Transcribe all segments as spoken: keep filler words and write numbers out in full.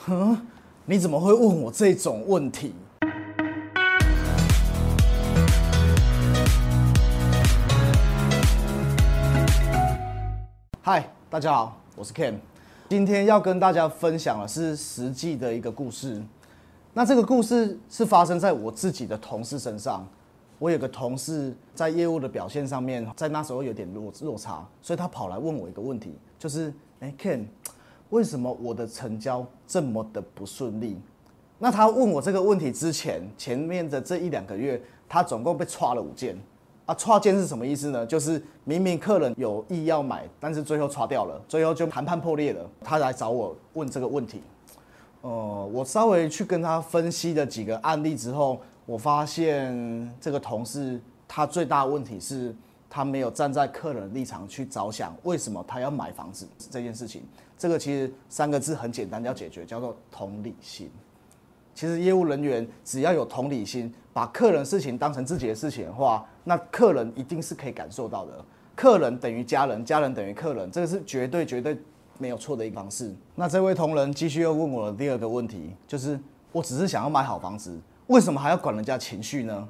哼，你怎么会问我这种问题？嗨，大家好，我是 Ken。今天要跟大家分享的是实际的一个故事。那这个故事是发生在我自己的同事身上。我有个同事在业务的表现上面，在那时候有点落落差，所以他跑来问我一个问题，就是，哎 ，Ken， 为什么我的成交这么的不顺利？那他问我这个问题之前，前面的这一两个月，他总共被刷了五件。啊，刷件是什么意思呢？就是明明客人有意要买，但是最后刷掉了，最后就谈判破裂了。他来找我问这个问题，呃，我稍微去跟他分析了几个案例之后，我发现这个同事他最大的问题是，他没有站在客人的立场去着想，为什么他要买房子这件事情。这个其实三个字很简单，要解决，叫做同理心。其实业务人员只要有同理心，把客人事情当成自己的事情的话，那客人一定是可以感受到的。客人等于家人，家人等于客人，这个是绝对绝对没有错的一个方式。那这位同仁继续又问我的第二个问题，就是我只是想要买好房子，为什么还要管人家情绪呢？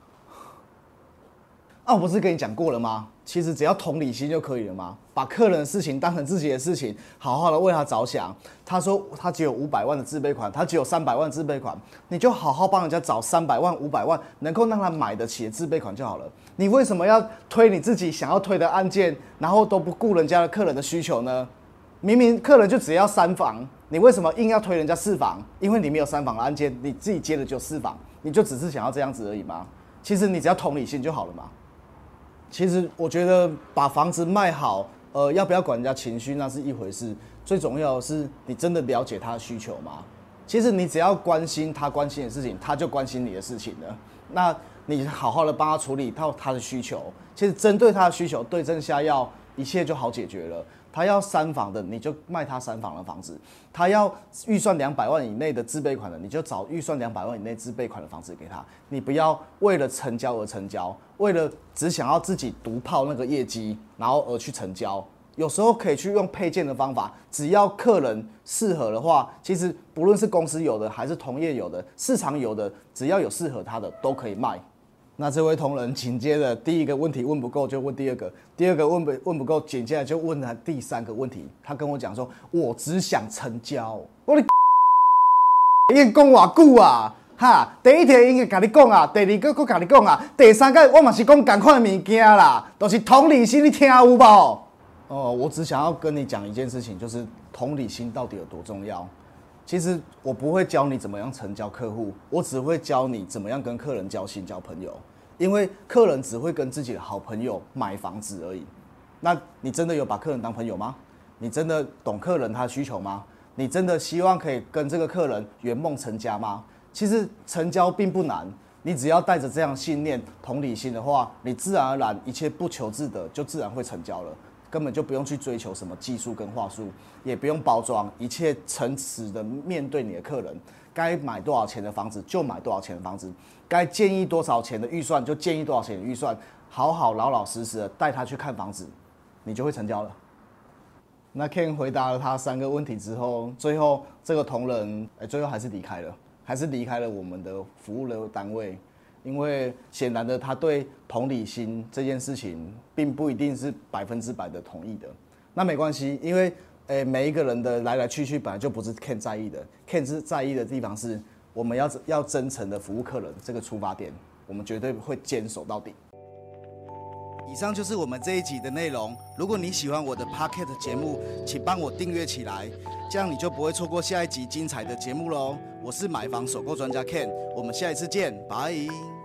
啊，我不是跟你讲过了吗？其实只要同理心就可以了嘛，把客人的事情当成自己的事情，好好的为他着想。他说他只有五百万的自备款，他只有三百万的自备款，你就好好帮人家找三百万、五百万能够让他买得起的自备款就好了。你为什么要推你自己想要推的案件，然后都不顾人家的客人的需求呢？明明客人就只要三房，你为什么硬要推人家四房？因为你没有三房的案件，你自己接的就四房，你就只是想要这样子而已吗？其实你只要同理心就好了嘛。其实我觉得把房子卖好，呃，要不要管人家情绪那是一回事，最重要的是你真的了解他的需求吗？其实你只要关心他关心的事情，他就关心你的事情了。那你好好的帮他处理到他的需求，其实针对他的需求对症下药，一切就好解决了。他要三房的，你就卖他三房的房子；他要预算两百万以内的自备款的，你就找预算两百万以内自备款的房子给他。你不要为了成交而成交，为了只想要自己独泡那个业绩，然后而去成交。有时候可以去用配件的方法，只要客人适合的话，其实不论是公司有的还是同业有的，市场有的，只要有适合他的都可以卖。那这位同仁紧接着第一个问题问不够就问第二个，第二个问不问不够，紧接着就问了第三个问题。他跟我讲说：“我只想成交。”我你应讲偌久啊？哈，第一天应该跟你讲啊，第二个搁跟你讲啊，第三个我嘛是讲同款的物件啦，都、就是同理心，你听有无？哦，我只想要跟你讲一件事情，就是同理心到底有多重要。其实我不会教你怎么样成交客户，我只会教你怎么样跟客人交心、交朋友。因为客人只会跟自己的好朋友买房子而已。那你真的有把客人当朋友吗？你真的懂客人他的需求吗？你真的希望可以跟这个客人圆梦成家吗？其实成交并不难，你只要带着这样信念、同理心的话，你自然而然一切不求自得，就自然会成交了。根本就不用去追求什么技术跟话术，也不用包装，一切诚实的面对你的客人。该买多少钱的房子就买多少钱的房子，该建议多少钱的预算就建议多少钱的预算，好好老老实实的带他去看房子，你就会成交了。那 Ken 回答了他三个问题之后，最后这个同仁，欸、最后还是离开了，还是离开了我们的服务的单位。因为显然的，他对同理心这件事情并不一定是百分之百的同意的。那没关系，因为诶每一个人的来来去去本来就不是 Ken 在意的 ，Ken 是在意的地方是我们要要真诚的服务客人这个出发点，我们绝对会坚守到底。以上就是我们这一集的内容。如果你喜欢我的 Podcast 节目，请帮我订阅起来，这样你就不会错过下一集精彩的节目喽。我是买房首购专家 Ken， 我们下一次见，拜。